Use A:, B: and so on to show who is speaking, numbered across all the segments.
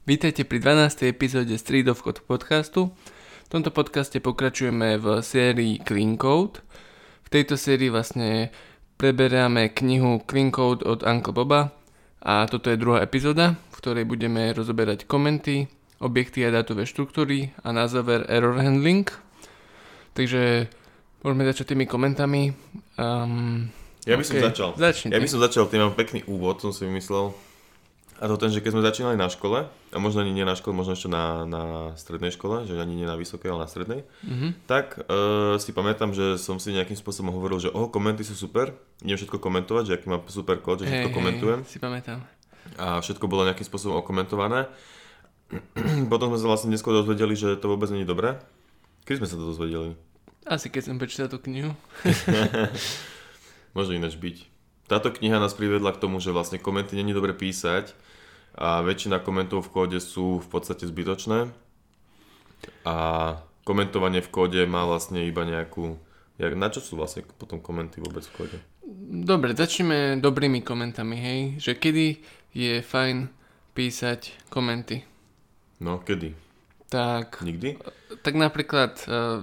A: Vítajte pri 12. epizóde Street of Code podcastu. V tomto podcaste pokračujeme v sérii Clean Code. V tejto sérii vlastne preberáme knihu Clean Code od Uncle Boba a toto je druhá epizóda, v ktorej budeme rozoberať komenty, objekty a dátové štruktúry a na záver error handling. Takže môžeme začať tými komentami.
B: Ja by som začal.
A: Začnite.
B: Ja by som začal, tým mám pekný úvod, som si vymyslel. A to ten, že keď sme začínali na škole, a možno ani nie na škole, možno ešte na strednej škole, že ani nie na vysokej, ale na strednej, tak si pamätám, že som si nejakým spôsobom hovoril, že komenty sú super, idem všetko komentovať, že aký mám super kód, že všetko komentujem.
A: Si pamätám.
B: A všetko bolo nejakým spôsobom okomentované. Potom sme sa vlastne neskôr dozvedeli, že to vôbec nie je dobré. Kedy sme sa to dozvedeli?
A: Asi keď som prečítal tú knihu.
B: Môže ináč byť. Táto kniha nás priviedla k tomu, že vlastne komenty není dobre písať a väčšina komentov v kóde sú v podstate zbytočné a komentovanie v kóde má vlastne iba nejakú... Na čo sú vlastne potom komenty vôbec v kóde?
A: Dobre, začneme dobrými komentami, hej? Že kedy je fajn písať komenty?
B: No, kedy?
A: Tak...
B: Nikdy?
A: Tak napríklad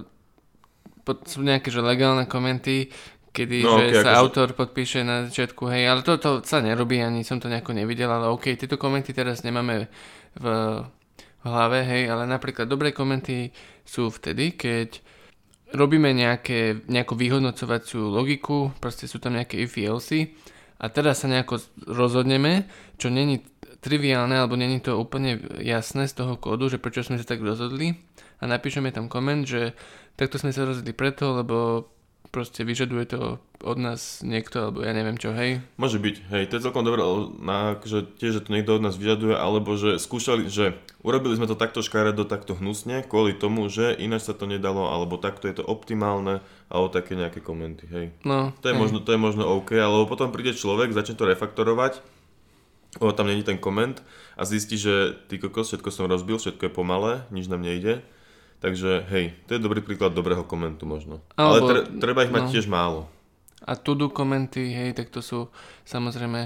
A: sú nejaké že legálne komenty, kedy sa autor podpíše na začiatku, hej, ale toto sa nerobí, ani som to nejako nevidel, ale OK, tieto komenty teraz nemáme v hlave, hej, ale napríklad dobré komenty sú vtedy, keď robíme nejakú vyhodnocovaciu logiku, proste sú tam nejaké if else a teraz sa nejako rozhodneme, čo není triviálne, alebo není to úplne jasné z toho kódu, že prečo sme sa tak rozhodli a napíšeme tam koment, že takto sme sa rozhodli preto, lebo proste vyžaduje to od nás niekto, alebo ja neviem čo, hej?
B: Môže byť, hej, to je celkom dobré, že tiež, že to niekto od nás vyžaduje, alebo že skúšali, že urobili sme to takto škaredo, takto hnusne, kvôli tomu, že ináč sa to nedalo, alebo takto je to optimálne, alebo také nejaké komenty, hej.
A: No,
B: to je možno OK, alebo potom príde človek, začne to refaktorovať, lebo tam není ten koment a zistí, že ty kokos, všetko som rozbil, všetko je pomalé, nič nám nejde. Takže hej, to je dobrý príklad dobrého komentu možno. Ale treba ich mať tiež málo.
A: A to-do komenty, hej, tak to sú samozrejme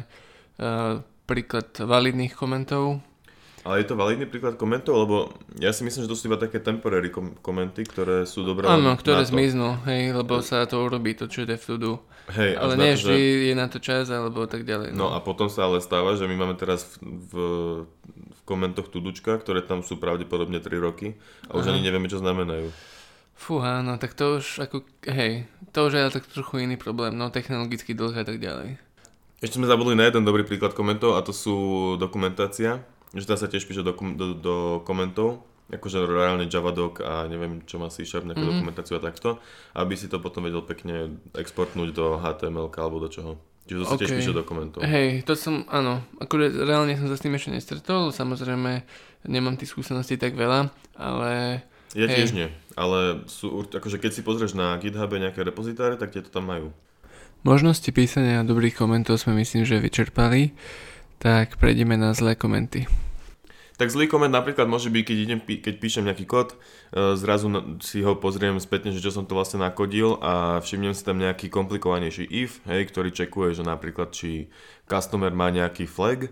A: príklad validných komentov.
B: Ale je to validný príklad komentov? Lebo ja si myslím, že to sú iba také temporary komenty, ktoré sú dobré.
A: Áno, ktoré zmiznú, hej, lebo sa to urobí, to čo je v to-do.
B: Hej,
A: ale nie vždy je na to čas, alebo tak ďalej.
B: No a potom sa ale stáva, že my máme teraz v komentoch tudučka, ktoré tam sú pravdepodobne 3 roky a už ani nevieme, čo znamenajú.
A: Fúha, no tak to už ako, hej, to už je tak trochu iný problém, no technologický dlh a tak ďalej.
B: Ešte sme zabudli na jeden dobrý príklad komentov a to sú dokumentácia, že tá sa tiež píše do komentov, akože reálne Javadoc a neviem, čo má C-Sharp, nejakú dokumentáciu a takto, aby si to potom vedel pekne exportnúť do HTML alebo do čoho. Čiže to sa tiež píše dokumentov.
A: Hej, to som, áno, akože reálne som sa s tým ešte nestretol, samozrejme nemám tých skúseností tak veľa, ale...
B: Ja tiež nie, ale sú, akože keď si pozrieš na GitHube nejaké repozitáre, tak tie to tam majú.
A: Možnosti písania dobrých komentov sme myslím, že vyčerpali, tak prejdeme na zlé komenty.
B: Tak zlý koment napríklad môže byť, keď píšem nejaký kód, zrazu si ho pozriem spätne, že čo som to vlastne nakodil a všimnem si tam nejaký komplikovanejší if, hej, ktorý čekuje, že napríklad či customer má nejaký flag.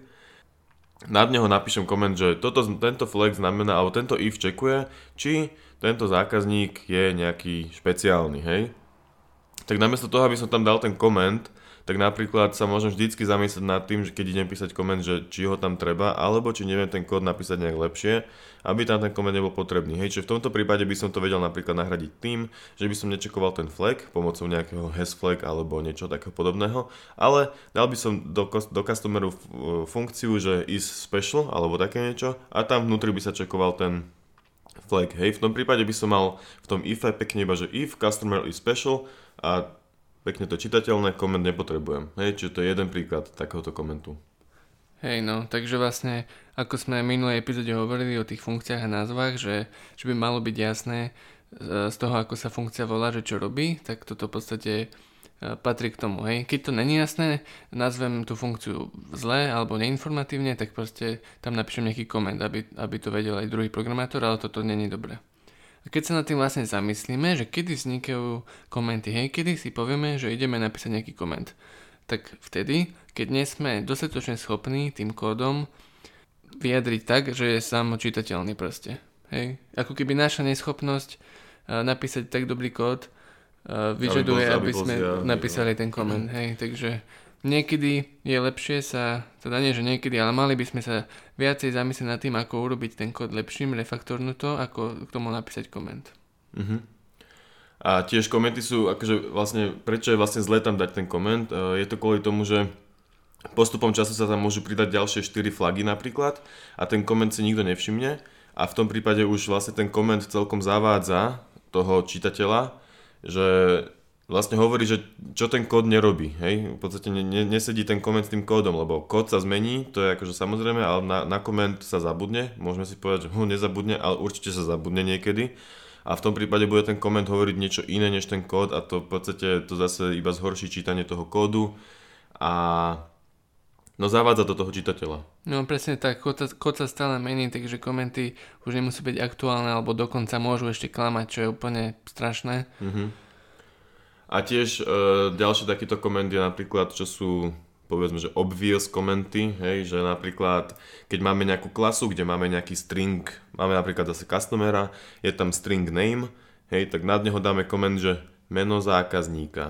B: Nad neho napíšem koment, že tento flag znamená, alebo tento if čekuje, či tento zákazník je nejaký špeciálny, hej. Tak namiesto toho, aby som tam dal ten koment, tak napríklad sa môžem vždycky zamyslieť nad tým, že keď idem písať koment, že či ho tam treba, alebo či neviem ten kód napísať nejak lepšie, aby tam ten koment nebol potrebný. Hej, čiže v tomto prípade by som to vedel napríklad nahradiť tým, že by som nečekoval ten flag pomocou nejakého has flag alebo niečo takého podobného, ale dal by som do customeru funkciu, že is special alebo také niečo a tam vnútri by sa čekoval ten flag. Hej, v tom prípade by som mal v tom if pekne iba, že if customer is special a pekne to čitateľné, koment nepotrebujem. Hej, čiže to je jeden príklad takéhoto komentu.
A: Hej, no, takže vlastne, ako sme v minulej epizóde hovorili o tých funkciách a názvach, že by malo byť jasné z toho, ako sa funkcia volá, že čo robí, tak toto v podstate patrí k tomu, hej. Keď to není jasné, nazvem tú funkciu zle alebo neinformatívne, tak proste tam napíšem nejaký koment, aby to vedel aj druhý programátor, ale toto není dobré. A keď sa nad tým vlastne zamyslíme, že kedy vznikajú komenty, hej, kedy si povieme, že ideme napísať nejaký koment, tak vtedy, keď nie sme dostatočne schopní tým kódom vyjadriť tak, že je samočítateľný proste. Hej. Ako keby naša neschopnosť napísať tak dobrý kód vyžaduje, aby sme napísali ten koment. Hej. Takže niekedy je lepšie sa, teda nie, že niekedy, ale mali by sme sa viacej zamyslieť nad tým, ako urobiť ten kód lepším, refaktornúť to, ako k tomu napísať koment.
B: A tiež komenty sú, akože vlastne, prečo je vlastne zlé tam dať ten koment? Je to kvôli tomu, že postupom času sa tam môžu pridať ďalšie 4 flagy napríklad a ten koment si nikto nevšimne a v tom prípade už vlastne ten koment celkom zavádza toho čitateľa, že vlastne hovorí, že čo ten kód nerobí, hej? V podstate nesedí ten koment s tým kódom, lebo kód sa zmení, to je akože samozrejme, ale na koment sa zabudne, môžeme si povedať, že ho nezabudne, ale určite sa zabudne niekedy a v tom prípade bude ten koment hovoriť niečo iné než ten kód a to v podstate to zase iba zhorší čítanie toho kódu a no zavádza do toho čitateľa.
A: No presne tak, kód sa stále mení, takže komenty už nemusí byť aktuálne, alebo dokonca môžu ešte klamať, čo je úplne strašné.
B: A tiež ďalší takýto koment je napríklad, čo sú povedzme, že obvious komenty, hej, že napríklad keď máme nejakú klasu, kde máme nejaký string, máme napríklad zase customera, je tam string name, hej, tak nad neho dáme koment, že meno zákazníka.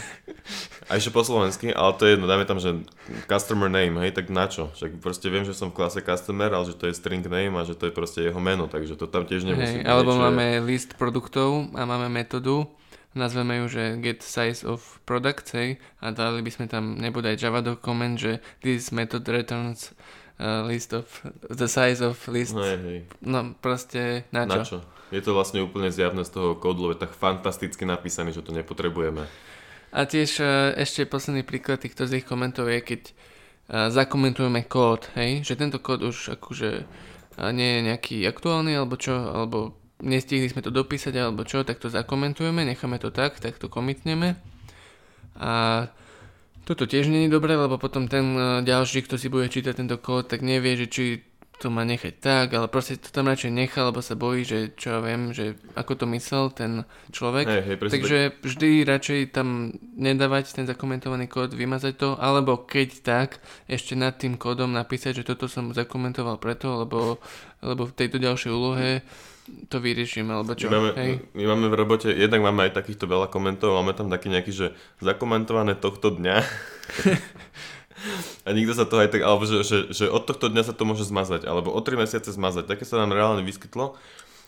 B: A ešte po slovensky, ale to je jedno, dáme tam, že customer name, hej, tak na čo? Však proste viem, že som v klase customer, ale že to je string name a že to je proste jeho meno, takže to tam tiež nemusí byť.
A: Alebo máme list produktov a máme metódu, nazveme ju, že get size of products, hej, a dali by sme tam nebude aj Java comment, že this method returns list of the size of list. No proste na čo?
B: Je to vlastne úplne zjavné z toho kódu, lebo je tak fantasticky napísaný, že to nepotrebujeme.
A: A tiež ešte posledný príklad týchto zlých komentov je, keď zakomentujeme kód, hej, že tento kód už akože nie je nejaký aktuálny, alebo čo, alebo nestihli sme to dopísať, alebo čo, tak to zakomentujeme, necháme to tak to komitneme. A toto tiež nie je dobré, lebo potom ten ďalší, kto si bude čítať tento kód, tak nevie, že či to má nechať tak, ale proste to tam radšej nechá, lebo sa bojí, že čo ja viem, že ako to myslel ten človek. Takže vždy radšej tam nedávať ten zakomentovaný kód, vymazať to, alebo keď tak, ešte nad tým kódom napísať, že toto som zakomentoval preto, lebo v tejto ďalšej úlohe to vyriešim, alebo čo.
B: My máme v robote, jednak máme aj takýchto veľa komentov, máme tam taký nejaký, že zakomentované tohto dňa. A nikto sa to aj tak, alebo že od tohto dňa sa to môže zmazať, alebo o 3 mesiace zmazať. Také sa nám reálne vyskytlo.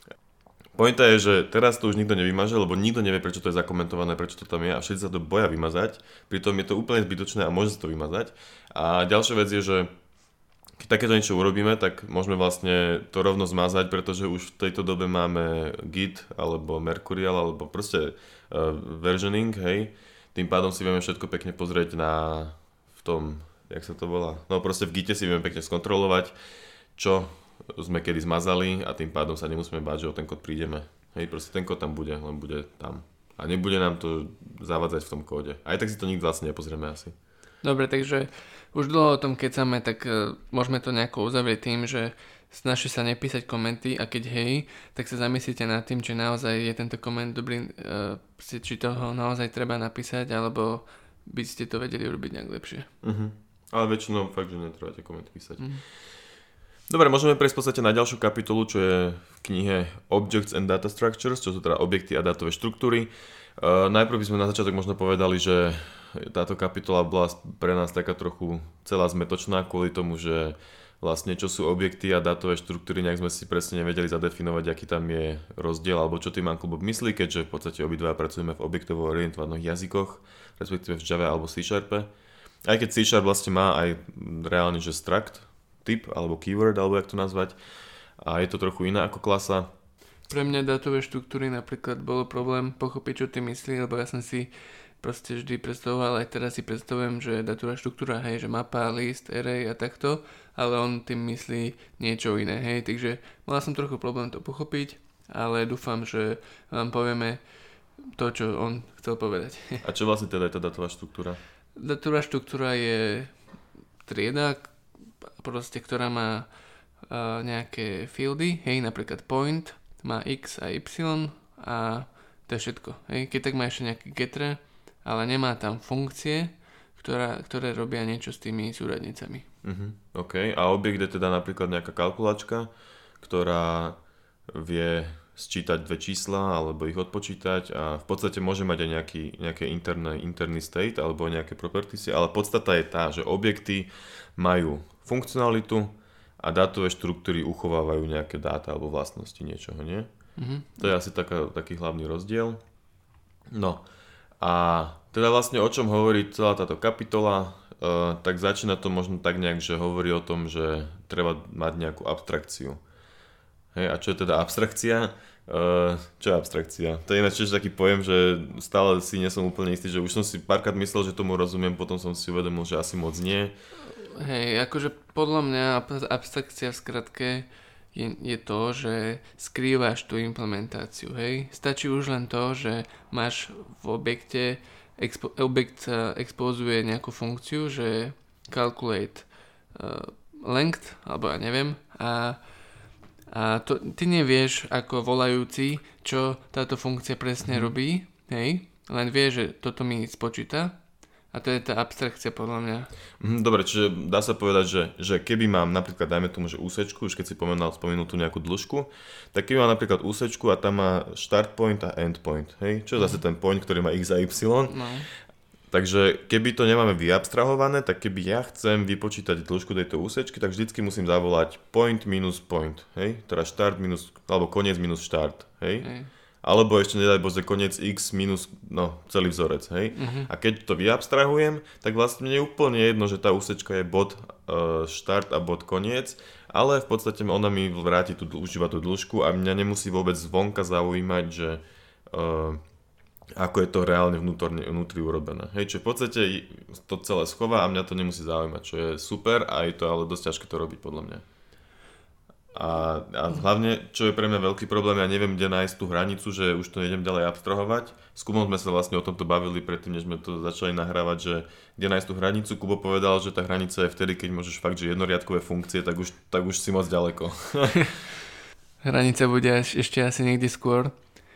B: Pointa je, že teraz to už nikto nevymaže, lebo nikto nevie, prečo to je zakomentované, prečo to tam je a všetci sa to boja vymazať. Pritom je to úplne zbytočné a môže sa to vymazať. A ďalšia vec je, že keď takéto niečo urobíme, tak môžeme vlastne to rovno zmazať, pretože už v tejto dobe máme Git alebo Mercurial alebo proste versioning, hej. Tým pádom si vieme všetko pekne pozrieť v tom, jak sa to volá. No proste v Gite si vieme pekne skontrolovať, čo sme kedy zmazali a tým pádom sa nemusíme báť, že o ten kód prídeme. Hej, proste ten kód tam bude, len bude tam. A nebude nám to zavádzať v tom kóde. Aj tak si to nikto vlastne nepozrieme asi.
A: Dobre, takže už dlho o tom kecame, tak môžeme to nejako uzavrieť tým, že snažte sa nepísať komenty a keď hej, tak sa zamyslíte nad tým, či naozaj je tento koment dobrý, či toho naozaj treba napísať, alebo by ste to vedeli urobiť nejak lepšie.
B: Ale väčšinou fakt, že netrváte komenty písať. Dobre, môžeme prejsť v podstate na ďalšiu kapitolu, čo je v knihe Objects and Data Structures, čo sú teda objekty a dátové štruktúry. Najprv by sme na začiatok možno povedali, že táto kapitola bola pre nás taká trochu celá zmetočná kvôli tomu, že vlastne čo sú objekty a dátové štruktúry, nejak sme si presne nevedeli zadefinovať, aký tam je rozdiel, alebo čo tým Uncle Bob myslí, keďže v podstate obidva pracujeme v objektovo orientovaných jazykoch, respektíve v Java alebo C#. Aj keď C# vlastne má aj reálne, že struct, typ alebo keyword, alebo jak to nazvať, a je to trochu iné ako klasa.
A: Pre mňa dátové štruktúry napríklad bolo problém pochopiť, čo ty myslí, lebo ja som si proste vždy predstavoval, aj teraz si predstavujem, že dátová štruktúra, hej, že mapa, list, array a takto, ale on tým myslí niečo iné, hej, takže mal som trochu problém to pochopiť, ale dúfam, že vám povieme to, čo on chcel povedať.
B: A čo vlastne teda je tá dátová štruktúra?
A: Dátová štruktúra je trieda, proste, ktorá má nejaké fieldy, hej, napríklad point, má x a y a to je všetko. Hej. Keď tak má ešte nejaké getter, ale nemá tam funkcie, ktoré robia niečo s tými súradnicami.
B: OK. A objekt je teda napríklad nejaká kalkulačka, ktorá vie sčítať dve čísla alebo ich odpočítať a v podstate môže mať aj nejaké interný state alebo nejaké properties, ale podstata je tá, že objekty majú funkcionalitu a dátové štruktúry uchovávajú nejaké dáta alebo vlastnosti niečoho, nie? To je asi taký hlavný rozdiel. No a teda vlastne o čom hovorí celá táto kapitola, tak začína to možno tak nejak, že hovorí o tom, že treba mať nejakú abstrakciu. Hej, a čo je teda abstrakcia? Čo je abstrakcia? To je ináč tiež taký pojem, že stále si nie som úplne istý, že už som si párkrát myslel, že tomu rozumiem, potom som si uvedomil, že asi moc nie.
A: Hej, akože podľa mňa abstrakcia v skratke je to, že skrývaš tú implementáciu, hej. Stačí už len to, že máš v objekte, objekt expozuje nejakú funkciu, že calculate length, alebo ja neviem, a to, ty nevieš ako volajúci, čo táto funkcia presne robí, hej, len vieš, že toto mi spočíta a to je tá abstrakcia podľa mňa.
B: Dobre, čiže dá sa povedať, že keby mám napríklad, dajme tomu, že úsečku, už keď si spomenul tú nejakú dĺžku, tak keby mám napríklad úsečku a tam má start point a end point, hej, čo je zase ten point, ktorý má x a y. No. Takže keby to nemáme vyabstrahované, tak keby ja chcem vypočítať dĺžku tejto úsečky, tak vždycky musím zavolať point minus point, hej? Teda start minus, alebo koniec minus start, hej? Alebo ešte nedaj Bože koniec x minus, celý vzorec, hej? A keď to vyabstrahujem, tak vlastne mne je úplne jedno, že tá úsečka je bod start a bod koniec, ale v podstate ona mi vráti užíva tú dĺžku a mňa nemusí vôbec zvonka zaujímať, že ako je to reálne vnútri urobené. Hej, čo v podstate to celé schová a mňa to nemusí zaujímať, čo je super a je to ale dosť ťažké to robiť podľa mňa. A hlavne, čo je pre mňa veľký problém, ja neviem, kde nájsť tú hranicu, že už to nejdem ďalej abstrahovať. S Kubom sme sa vlastne o tomto bavili predtým, než sme to začali nahrávať, že kde nájsť tú hranicu. Kubo povedal, že tá hranica je vtedy, keď môžeš fakt, že jednoriadkové funkcie, tak už si moc ďaleko.
A: Hranica bude ešte asi niekde skôr.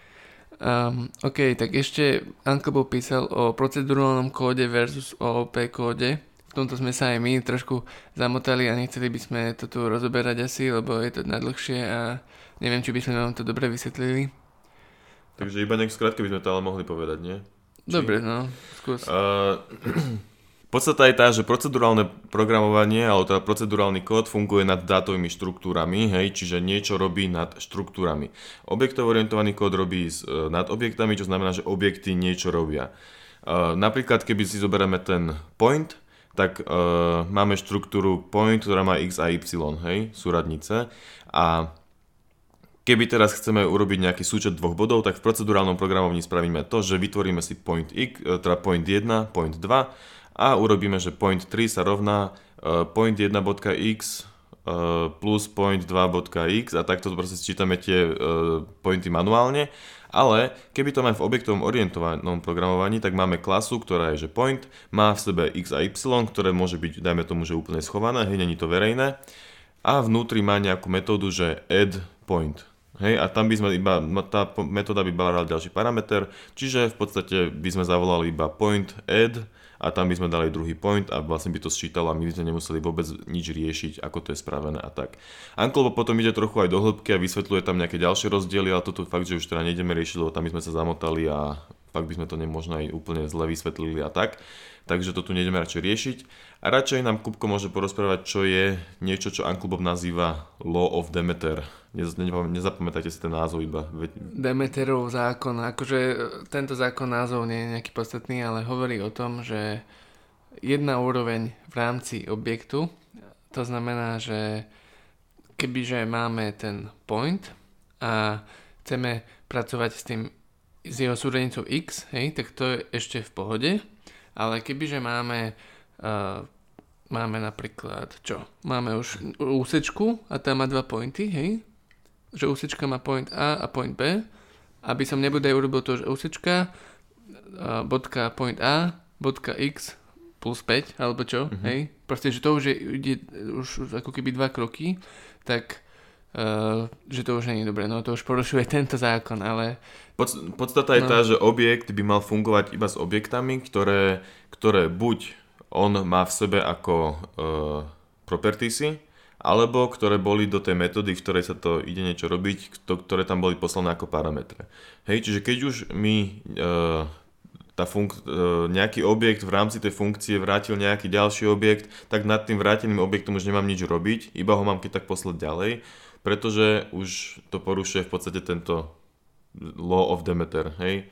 A: OK, tak ešte Uncle písal o procedurálnom kóde versus OOP kóde. V tomto sme sa aj my trošku zamotali a nechceli by sme to tu rozoberať asi, lebo je to najdlhšie a neviem, či by sme vám to dobre vysvetlili.
B: Takže iba nejak skrátke by sme to ale mohli povedať, nie?
A: Dobre, no, skús.
B: Podstata je tá, že procedurálne programovanie, alebo teda procedurálny kód funguje nad dátovými štruktúrami, hej, čiže niečo robí nad štruktúrami. Objektovo-orientovaný kód robí nad objektami, čo znamená, že objekty niečo robia. Napríklad, keby si zoberieme ten point, tak máme štruktúru point, ktorá má x a y, hej, súradnice. A keby teraz chceme urobiť nejaký súčet dvoch bodov, tak v procedurálnom programovaní spravíme to, že vytvoríme si point x, teda point 1, point 2, a urobíme, že point 3 sa rovná point 1.x plus point 2.x a takto proste sčítame tie pointy manuálne. Ale keby to máme v objektovom orientovanom programovaní, tak máme klasu, ktorá je, že point, má v sebe x a y, ktoré môže byť, dajme tomu, že úplne schované, hej, není to verejné. A vnútri má nejakú metódu, že add point. Hej, a tam by sme tá metóda by brala ďalší parameter, čiže v podstate by sme zavolali iba point add, a tam by sme dali druhý point a vlastne by to sčítalo a my by sme nemuseli vôbec nič riešiť, ako to je spravené a tak. Uncle potom ide trochu aj do hĺbky a vysvetľuje tam nejaké ďalšie rozdiely, ale toto fakt, že už teda nejdeme riešiť, lebo tam by sme sa zamotali a fakt by sme to možno aj úplne zle vysvetlili a tak. Takže to tu nejdeme radšej riešiť. A radšej nám Kubko môže porozprávať, čo je niečo, čo Uncle Bob nazýva Law of Demeter. Nezapamätajte si ten názov iba.
A: Demeterov zákon. Akože tento zákon názov nie je nejaký podstatný, ale hovorí o tom, že jedna úroveň v rámci objektu, to znamená, že kebyže máme ten point a chceme pracovať s jeho súradnicou x, hej, tak to je ešte v pohode. Ale kebyže máme napríklad, máme už úsečku a tam má dva pointy, hej? Že úsečka má point A a point B. Aby som nebudaj urobil to, že úsečka, bodka point A, bodka X plus 5, alebo čo, hej? Proste, že to už ide už ako keby 2 kroky, tak že to už nie je dobré, no to už porušuje tento zákon, ale...
B: Podstata je tá, že objekt by mal fungovať iba s objektami, ktoré buď on má v sebe ako propertiesy, alebo ktoré boli do tej metódy, v ktorej sa to ide niečo robiť, ktoré tam boli poslané ako parametre. Hej, čiže keď už mi nejaký objekt v rámci tej funkcie vrátil nejaký ďalší objekt, tak nad tým vráteným objektom už nemám nič robiť, iba ho mám keď tak poslať ďalej, pretože už to porušuje v podstate tento law of Demeter, hej.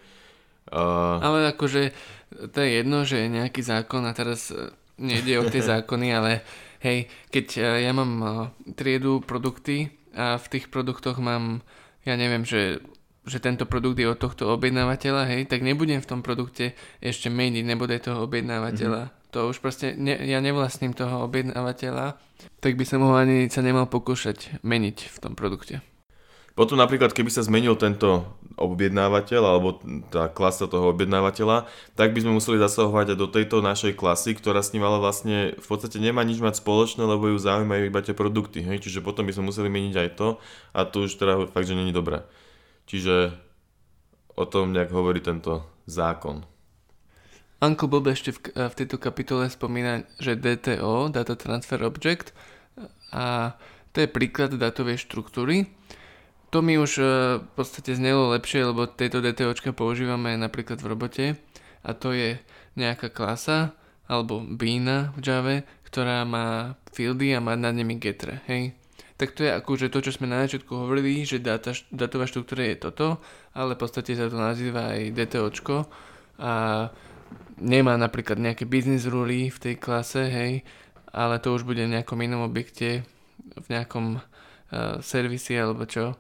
A: Ale akože to je jedno, že je nejaký zákon a teraz nejde o tie zákony, ale hej, keď ja mám triedu produkty a v tých produktoch mám, ja neviem, že tento produkt je od tohto objednávateľa, hej, tak nebudem v tom produkte ešte meniť, nebude toho objednávateľa. To už proste, ja nevlastním toho objednávateľa, tak by som ho ani sa nemal pokúšať meniť v tom produkte.
B: Potom napríklad, keby sa zmenil tento objednávateľ alebo tá klasa toho objednávateľa, tak by sme museli zasahovať aj do tejto našej klasy, ktorá s ním ale vlastne v podstate nemá nič mať spoločné, lebo ju zaujímajú iba tie produkty. Hej? Čiže potom by sme museli meniť aj to a to už teda fakt, že není dobré. Čiže o tom nejak hovorí tento zákon.
A: Uncle Bob ešte v tejto kapitole spomína, že DTO, Data Transfer Object, a to je príklad datovej štruktúry. To mi už v podstate znelo lepšie, lebo tejto DTOčka používame napríklad v robote a to je nejaká klasa alebo bína v Java, ktorá má fieldy a má nad nimi getre, hej. Tak to je akože to, čo sme na začiatku hovorili, že datová štruktúra je toto, ale v podstate sa to nazýva aj DTOčko a nemá napríklad nejaké business ruly v tej klase, hej, ale to už bude v nejakom inom objekte, v nejakom servisi alebo čo.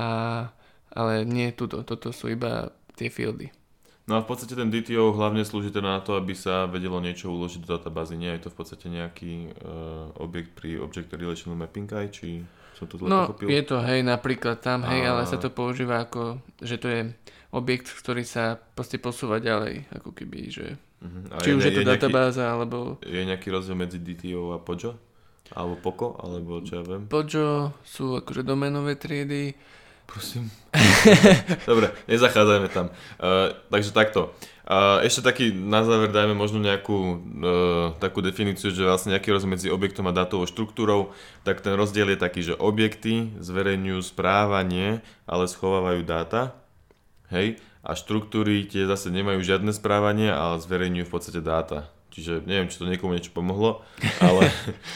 A: Ale nie toto sú iba tie fieldy.
B: No a v podstate ten DTO hlavne slúži teda na to, aby sa vedelo niečo uložiť do databázy. Nie je to v podstate nejaký objekt pri Object Relational Mapping aj, či som to zle pochopil?
A: No, je to, hej, napríklad tam, hej, ale sa to používa ako, že to je objekt, ktorý sa proste posúva ďalej, ako keby, že či už je to databáza, alebo...
B: Je nejaký rozdiel medzi DTO a POJO? Alebo POCO, alebo čo ja viem?
A: POJO sú akože doménové triedy.
B: Prosím. Dobre, nezachádzajme tam. Takže takto. Ešte taký na záver dajme možno nejakú takú definíciu, že vlastne nejaký rozdiel medzi objektom a dátovou štruktúrou. Tak ten rozdiel je taký, že objekty zverejňujú správanie, ale schovávajú dáta. Hej? A štruktúry tie zase nemajú žiadne správanie, ale zverejňujú v podstate dáta. Čiže neviem, či to niekomu niečo pomohlo, ale...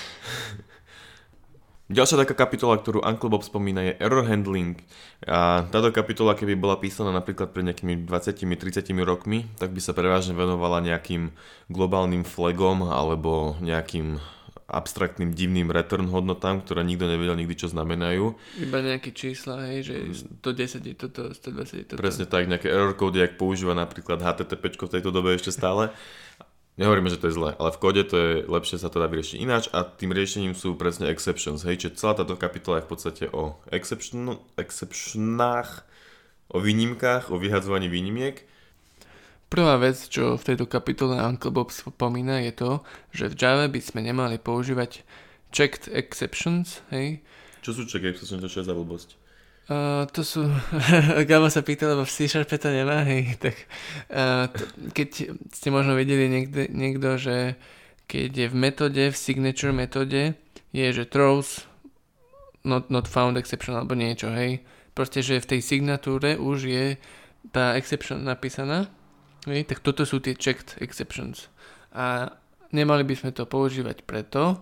B: Ďalšia taká kapitola, ktorú Uncle Bob spomína, je error handling. A táto kapitola, keby bola písaná napríklad pred nejakými 20-30 rokmi, tak by sa prevažne venovala nejakým globálnym flagom alebo nejakým abstraktným divným return hodnotám, ktoré nikto nevedel nikdy, čo znamenajú.
A: Iba nejaké čísla, hej, že 110 je toto, 120 je toto.
B: Presne tak, nejaké error kódy, jak používa napríklad HTTP v tejto dobe ešte stále. Nehovoríme, že to je zle, ale v kóde to je lepšie, sa to dá vyriešiť ináč a tým riešením sú presne exceptions, hej, čiže celá táto kapitola je v podstate o exceptionách, o výnimkách, o vyhadzovaní výnimiek.
A: Prvá vec, čo v tejto kapitole Uncle Bob spomína, je to, že v Java by sme nemali používať checked exceptions, hej.
B: Čo sú checked exceptions, to je za blbosť?
A: To sú, Gabo sa pýta, lebo v C# to nemá, hej, tak keď ste možno videli niekto, že keď je v metóde, v signature metóde, je, že throws not found exception alebo niečo, hej, proste, že v tej signatúre už je tá exception napísaná, hej, tak toto sú tie checked exceptions a nemali by sme to používať preto,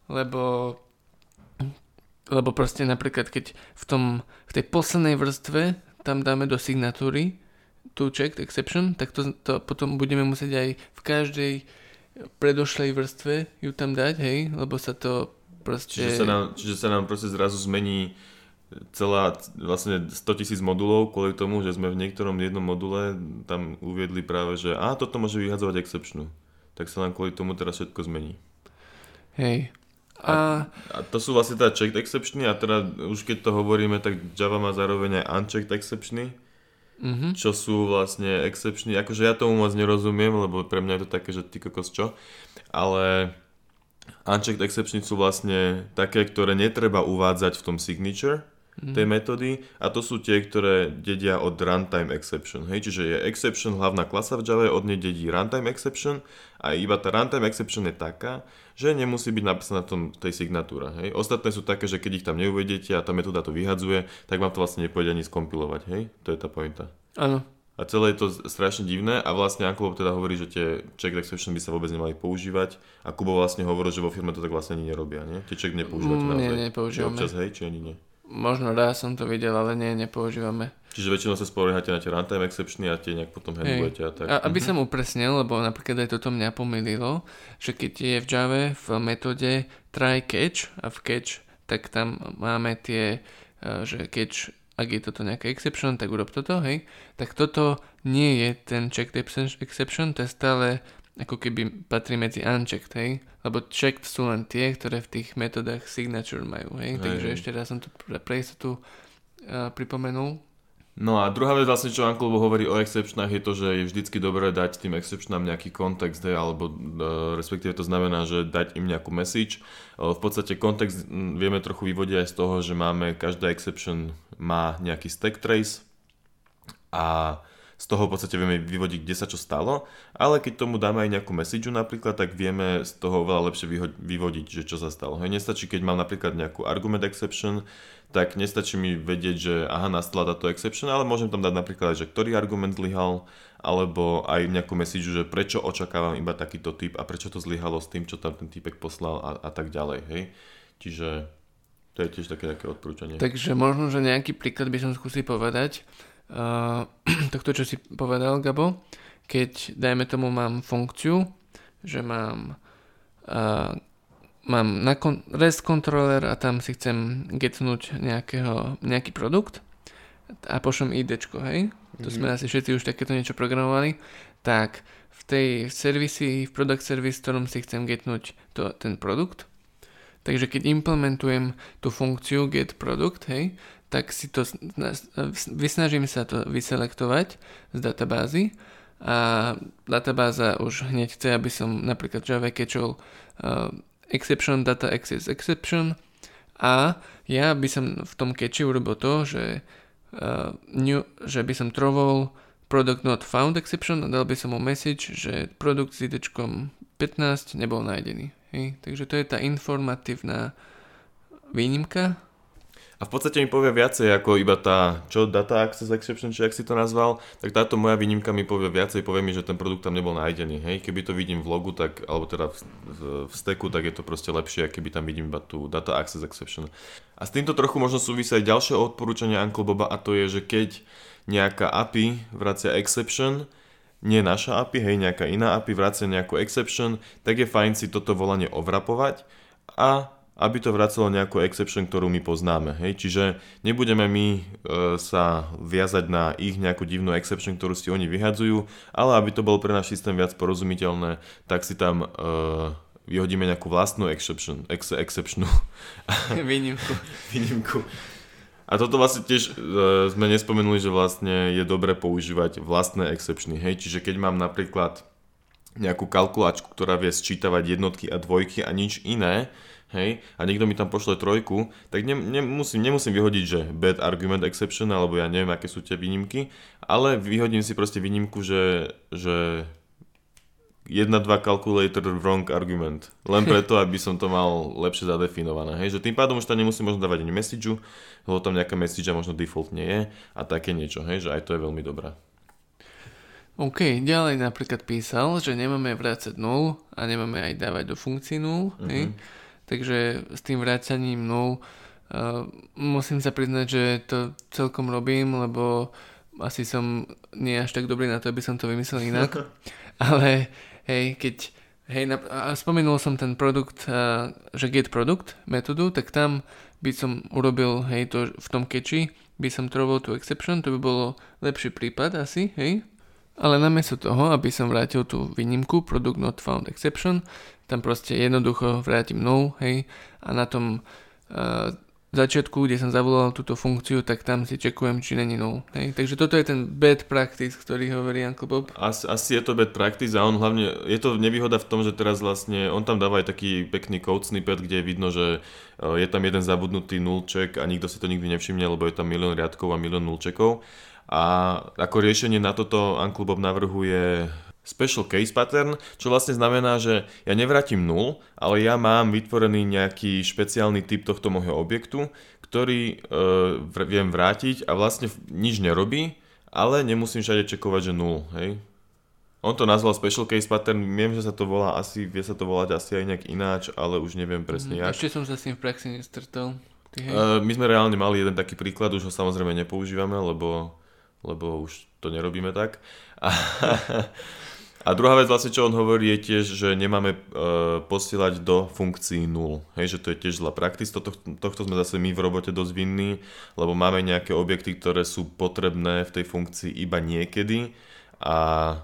A: lebo proste napríklad keď v tej poslednej vrstve tam dáme do signatúry tú checked exception, tak to potom budeme musieť aj v každej predošlej vrstve ju tam dať, hej, lebo sa to proste...
B: Čiže sa nám proste zrazu zmení celá vlastne 100,000 modulov kvôli tomu, že sme v niektorom jednom module tam uviedli práve, že toto môže vyhadzovať exceptionu. Tak sa nám kvôli tomu teraz všetko zmení.
A: Hej.
B: A to sú vlastne teda checked exceptiony a teda už keď to hovoríme, tak Java má zároveň aj unchecked exceptiony, čo sú vlastne exceptiony. Akože ja tomu moc nerozumiem, lebo pre mňa je to také, že ty kokos čo. Ale unchecked exceptiony sú vlastne také, ktoré netreba uvádzať v tom signature, tej metódy a to sú tie, ktoré dedia od runtime exception. Hej? Čiže je exception hlavná klasa v Java, od nej dedí runtime exception a iba tá runtime exception je taká, že nemusí byť napísaná tej signatúra. Hej? Ostatné sú také, že keď ich tam neuvedete a tá metóda to vyhadzuje, tak vám to vlastne nepôjde ani skompilovať. Hej? To je tá pointa.
A: Áno.
B: A celé je to strašne divné a vlastne Uncle Bob teda hovorí, že tie checked exception by sa vôbec nemali používať a Kubo vlastne hovoril, že vo firme to tak vlastne ani nerobia, nie? Tie check nepoužívate naozaj?
A: Nie, nepoužívame.
B: Občas, hej, či ani nie?
A: Možno raz som to videl, ale nepoužívame.
B: Čiže väčšinou sa spoliehate na tie runtime exceptiony a tie nejak potom handlujete a tak.
A: Aby som upresnil, lebo napríklad aj toto mňa pomýlilo, že keď je v Java v metóde try catch a v catch, tak tam máme tie, že catch, ak je toto nejaká exception, tak urob toto, hej. Tak toto nie je ten checked exception, to je stále ako keby patrí medzi unchecked, hej. Lebo checked sú len tie, ktoré v tých metodách signature majú, hej. Takže ešte raz som to pre istotu pripomenul.
B: No a druhá vec vlastne, čo Uncle Bob hovorí o exceptionách je to, že je vždycky dobré dať tým exceptionám nejaký kontext, alebo respektíve to znamená, že dať im nejakú message. V podstate kontext vieme trochu vyvodiť aj z toho, že každá exception má nejaký stack trace a z toho v podstate vieme vyvodiť, kde sa čo stalo, ale keď tomu dáme aj nejakú message napríklad, tak vieme z toho oveľa lepšie vyvodiť, že čo sa stalo. Hej, nestačí, keď mám napríklad nejakú argument exception, tak nestačí mi vedieť, že aha, nastala táto exception, ale môžem tam dať napríklad, že ktorý argument zlyhal, alebo aj nejakú message, že prečo očakávam iba takýto typ a prečo to zlyhalo s tým, čo tam ten typek poslal a tak ďalej. Hej. Čiže to je tiež také odporúčanie.
A: Takže možno, že nejaký príklad by som skúsil povedať. Takto, čo si povedal, Gabo, keď dajme tomu mám funkciu, že mám REST controller a tam si chcem getnúť nejaký produkt a pošlem idčko, hej? To sme asi všetci už takéto niečo programovali. Tak v tej servisi, v product service, v ktorom si chcem getnúť ten produkt, takže keď implementujem tú funkciu get product, hej, tak si to vysnažím sa to vyselektovať z databázy a databáza už hneď chce, aby som napríklad Java catchol exception, data access exception a ja by som v tom catchi urobil to, že by som trovol product not found exception a dal by som mu message, že produkt s idčkom 15 nebol nájdený. Hej? Takže to je tá informatívna výnimka.
B: A v podstate mi povie viacej ako iba tá, data access exception, či ak si to nazval, tak táto moja výnimka mi povie viacej, povie mi, že ten produkt tam nebol nájdený, hej, keby to vidím v logu, tak, alebo teda v stacku, tak je to proste lepšie, keby tam vidím iba tú data access exception. A s týmto trochu možno súvisí aj ďalšie odporúčanie Uncle Boba a to je, že keď nejaká API vracia exception, nie naša API, hej, nejaká iná API vracia nejakú exception, tak je fajn si toto volanie ovrapovať a aby to vracalo nejakú exception, ktorú my poznáme. Hej? Čiže nebudeme my sa viazať na ich nejakú divnú exception, ktorú si oni vyhadzujú, ale aby to bolo pre náš systém viac porozumiteľné, tak si tam vyhodíme nejakú vlastnú exceptionu. Výnimku. A toto vlastne tiež sme nespomenuli, že vlastne je dobre používať vlastné exceptiony. Hej? Čiže keď mám napríklad nejakú kalkulačku, ktorá vie sčítavať jednotky a dvojky a nič iné, hej, a niekto mi tam pošle trojku, tak nemusím vyhodiť, že bad argument exception, alebo ja neviem, aké sú tie výnimky, ale vyhodím si proste výnimku, že 1, 2 calculator wrong argument. Len preto, aby som to mal lepšie zadefinované. Hej, že tým pádom už tam nemusím možno dávať ani messageu, lebo tam nejaká message možno default nie je a také niečo, hej, že aj to je veľmi dobré.
A: OK, ďalej napríklad písal, že nemáme vrácať nul a nemáme aj dávať do funkcií nul, hej. Takže s tým vrácaním nul musím sa priznať, že to celkom robím, lebo asi som nie až tak dobrý na to, aby som to vymyslel inak. Ale hej, spomenul som ten produkt, že get product metódu, tak tam by som urobil, hej, to v tom catchi by som trovol tú exception, to by bolo lepší prípad asi, hej. Ale namiesto toho, aby som vrátil tú výnimku product not found exception, tam proste jednoducho vrátim null, hej, a na tom začiatku, kde som zavolal túto funkciu, tak tam si čekujem, či není null. Hej? Takže toto je ten bad practice, ktorý hovorí Uncle Bob.
B: Asi je to bad practice a on hlavne, je to nevýhoda v tom, že teraz vlastne, on tam dáva aj taký pekný code snippet, kde je vidno, že je tam jeden zabudnutý nullček a nikto si to nikdy nevšimne, lebo je tam milión riadkov a milión nullčekov. A ako riešenie na toto Uncle Bob navrhuje special case pattern, čo vlastne znamená, že ja nevrátim null, ale ja mám vytvorený nejaký špeciálny typ tohto môjho objektu, ktorý viem vrátiť a vlastne nič nerobí, ale nemusím všade čekovať, že null, hej. On to nazval special case pattern, viem, že sa to volá vie sa to volať asi aj nejak ináč, ale už neviem presne jak.
A: Ešte som sa s tým v praxi nestretol.
B: My sme reálne mali jeden taký príklad, už ho samozrejme nepoužívame, lebo už to nerobíme tak. A druhá vec vlastne, čo on hovorí, je tiež, že nemáme posielať do funkcií null. Hej, že to je tiež zlá praxis. Tohto sme zase my v robote dosť vinní, lebo máme nejaké objekty, ktoré sú potrebné v tej funkcii iba niekedy a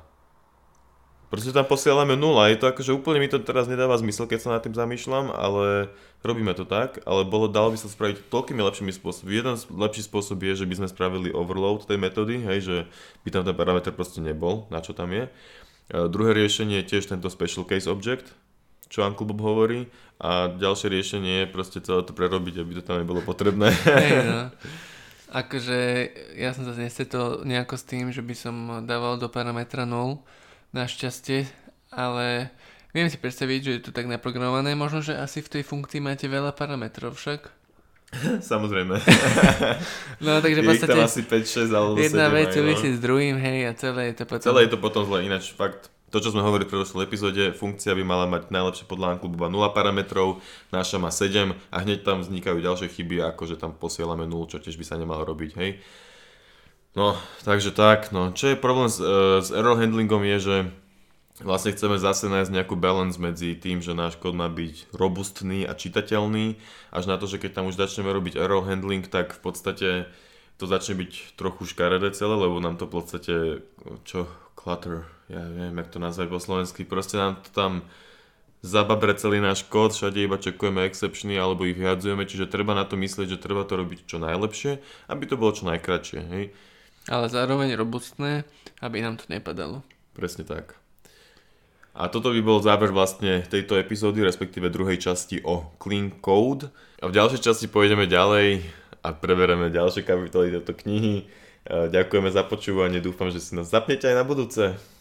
B: proste tam posielame nula. Je to akože úplne mi to teraz nedáva zmysel, keď sa nad tým zamýšľam, ale robíme to tak, ale dalo by sa spraviť toľkými lepšími spôsobmi. Jeden lepší spôsob je, že by sme spravili overload tej metódy, hej, že by tam ten parameter proste nebol, na čo tam je. Druhé riešenie je tiež tento special case object, čo Uncle Bob hovorí, a ďalšie riešenie je proste celé to prerobiť, aby to tam nebolo potrebné.
A: Hej, no. Akože ja som zase nestretol nejako s tým, že by som dával do parametra 0, našťastie, ale viem si predstaviť, že je to tak naprogramované, možno, že asi v tej funkcii máte veľa parametrov však.
B: Samozrejme.
A: No takže v podstate
B: tam asi 5, 6 alebo 7.
A: Jedna vec súvisí s druhým, hej, a celé je to potom...
B: Celé je to potom zle, ináč fakt, to čo sme hovorili v predošlej epizóde, funkcia by mala mať najlepšie podľa Uncle Boba 0 parametrov, naša má 7 a hneď tam vznikajú ďalšie chyby, ako že tam posielame 0, čo tiež by sa nemalo robiť, hej. No, takže tak, no, čo je problém s error handlingom je, že vlastne chceme zase nájsť nejakú balance medzi tým, že náš kód má byť robustný a čitateľný, až na to, že keď tam už začneme robiť error handling, tak v podstate to začne byť trochu škaredé celé, lebo nám to v podstate, clutter, ja neviem, jak to nazvať po slovensky, proste nám to tam zababre celý náš kód, všade iba čekujeme exceptiony alebo ich vyhadzujeme, čiže treba na to myslieť, že treba to robiť čo najlepšie, aby to bolo čo najkratšie, hej.
A: Ale zároveň robustné, aby nám to nepadalo.
B: Presne tak. A toto by bol záver vlastne tejto epizódy, respektíve druhej časti o Clean Code. A v ďalšej časti pôjdeme ďalej a prebereme ďalšie kapitoly tejto knihy. Ďakujeme za počúvanie, dúfam, že si nás zapnete aj na budúce.